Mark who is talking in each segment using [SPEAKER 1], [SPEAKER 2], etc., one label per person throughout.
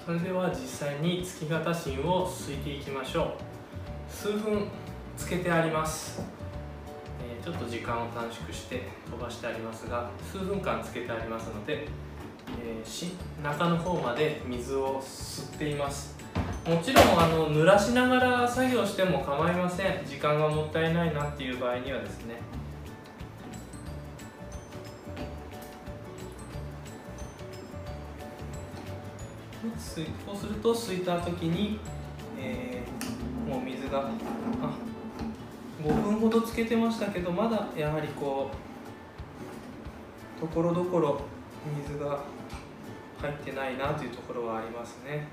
[SPEAKER 1] それでは実際に月型芯をすいていきましょう。数分つけてあります。ちょっと時間を短縮して飛ばしてありますが、数分間つけてありますので、中の方まで水を吸っています。もちろん濡らしながら作業しても構いません。時間がもったいないなっていう場合にはですね。そうするとすいた時に、もう水が5分ほどつけてましたけど、まだやはりこうところどころ水が入ってないなというところはありますね。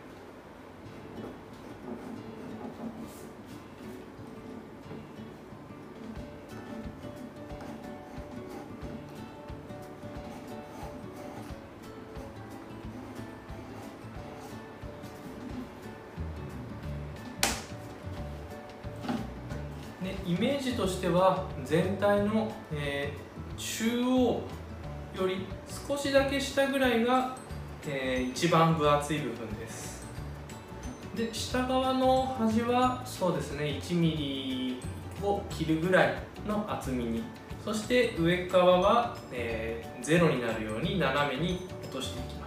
[SPEAKER 1] でイメージとしては全体の、中央より少しだけ下ぐらいが、一番分厚い部分です。で下側の端はそうですね、1ミリを切るぐらいの厚みに、そして上側は、0になるように斜めに落としていきます。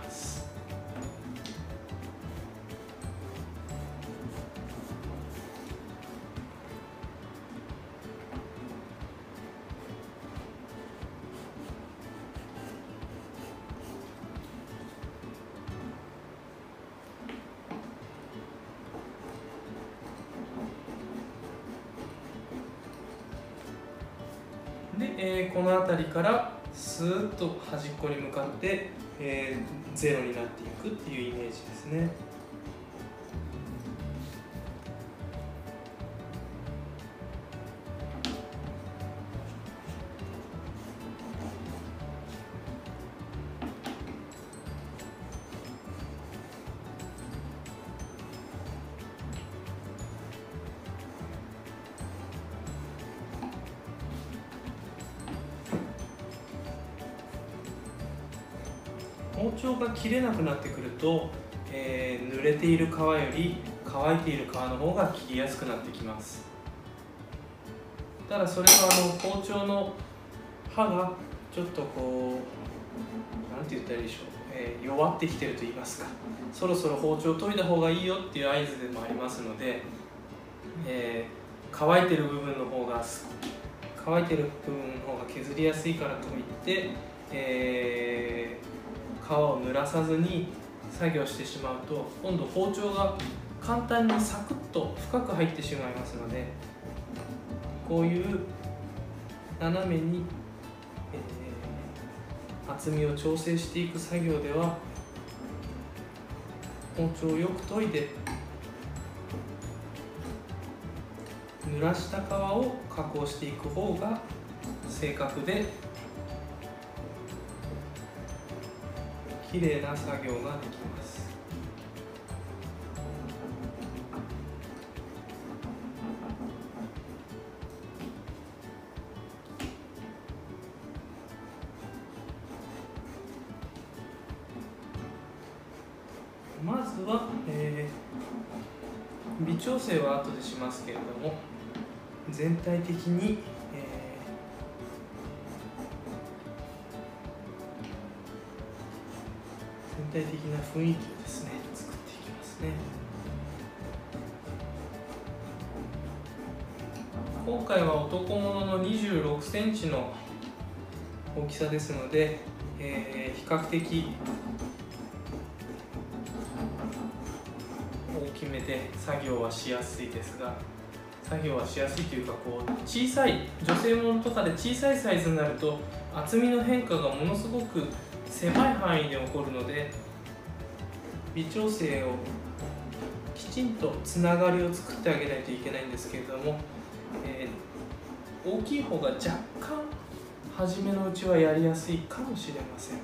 [SPEAKER 1] で、この辺りからスーッと端っこに向かって、ゼロになっていくっていうイメージですね。包丁が切れなくなってくると、濡れている皮より乾いている皮の方が切りやすくなってきます。ただそれは包丁の刃がちょっとこう何て言ったらいいでしょう、弱ってきてると言いますか、そろそろ包丁を研いだ方がいいよっていう合図でもありますので、乾いてる部分の方が削りやすいからといって、皮を濡らさずに作業してしまうと、今度包丁が簡単にサクッと深く入ってしまいますので、こういう斜めに、厚みを調整していく作業では、包丁をよく研いで濡らした皮を加工していく方が正確で綺麗な作業ができます。まずは、微調整は後でしますけれども、全体的に、全体的な雰囲気をですね、作っていきますね。今回は男物の26センチの大きさですので、比較的大きめで作業はしやすいですが、作業はしやすいというか、こう小さい女性物とかで小さいサイズになると厚みの変化がものすごく狭い範囲で起こるので、微調整をきちんとつながりを作ってあげないといけないんですけれども、大きい方が若干初めのうちはやりやすいかもしれません。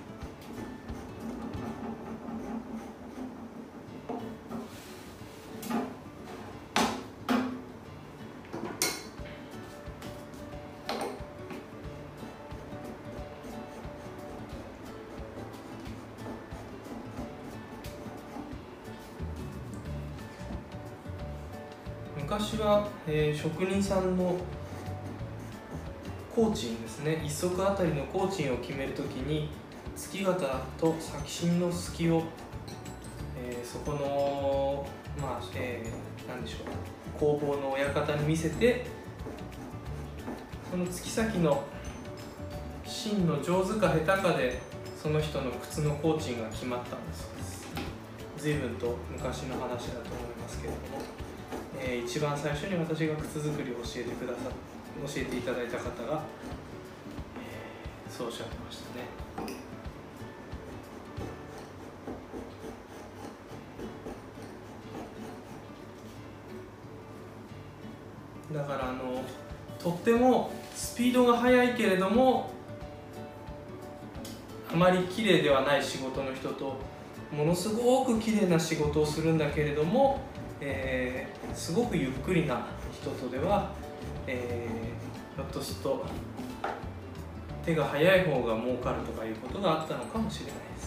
[SPEAKER 1] 昔は、職人さんの工賃ですね、一足あたりの工賃を決めるときに月型と先芯の隙を、そこの何でしょう、工房の親方に見せて、その月先の芯の上手か下手かでその人の靴の工賃が決まったんだそうです。随分と昔の話だと思いますけれども、一番最初に私が靴作りを教えていただいた方が、そうおっしゃってましたね。だからとってもスピードが速いけれどもあまり綺麗ではない仕事の人と、ものすごく綺麗な仕事をするんだけれども、すごくゆっくりな人とでは、ひょっとすると手が早い方が儲かるとかいうことがあったのかもしれないです。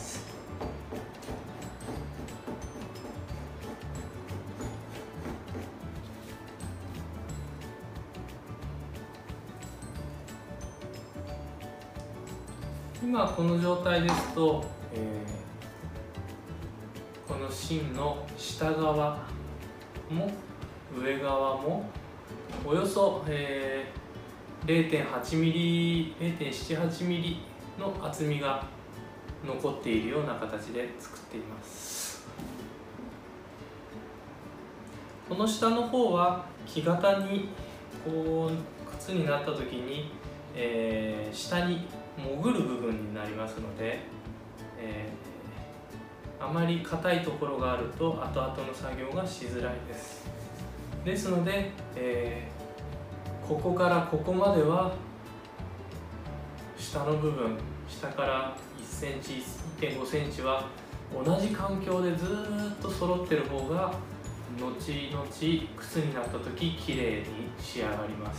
[SPEAKER 1] 今この状態ですと、この芯の下側も上側もおよそ、0.8ミリ、0.78ミリの厚みが残っているような形で作っています。この下の方は木型にこう靴になった時に、下に潜る部分になりますので、あまり硬いところがあると後々の作業がしづらいです。ですので、ここからここまでは下の部分、下から1センチ、1.5センチは同じ環境でずっと揃ってる方が後々靴になった時きれいに仕上がります。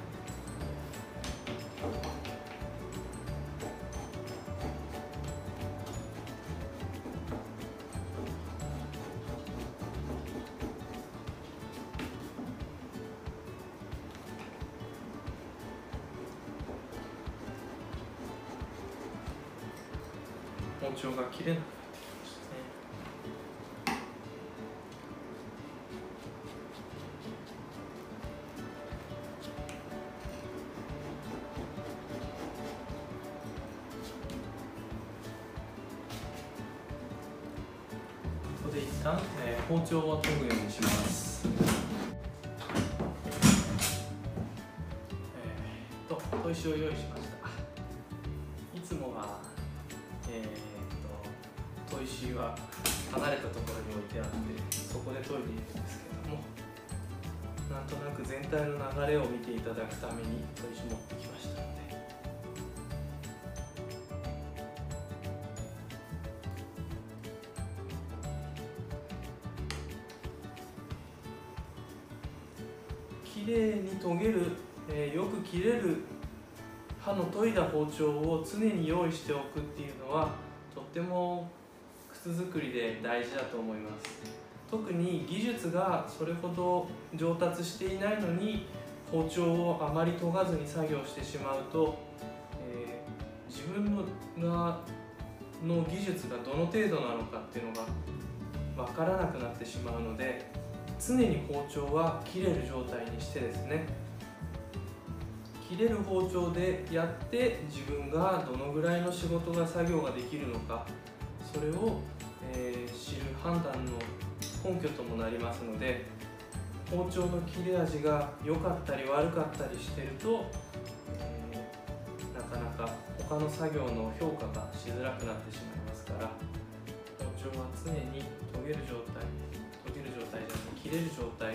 [SPEAKER 1] 包丁が切れなくなってきましたね。ここで一旦、包丁を研ぐようにします。砥石を用意しました。いつもは砥石は離れたところに置いてあってそこで研いでいるんですけども、なんとなく全体の流れを見ていただくために砥石持ってきましたので、きれいに研げる、よく切れる刃の研いだ包丁を常に用意しておくっていうのはとっても靴作りで大事だと思います。特に技術がそれほど上達していないのに包丁をあまり研がずに作業してしまうと、自分の技術がどの程度なのかっていうのが分からなくなってしまうので、常に包丁は切れる状態にしてですね、切れる包丁でやって自分がどのぐらいの仕事が作業ができるのか、それを、知る判断の根拠ともなりますので、包丁の切れ味が良かったり悪かったりしてると、なかなか他の作業の評価がしづらくなってしまいますから、包丁は常に研げる状態じゃなくて切れる状態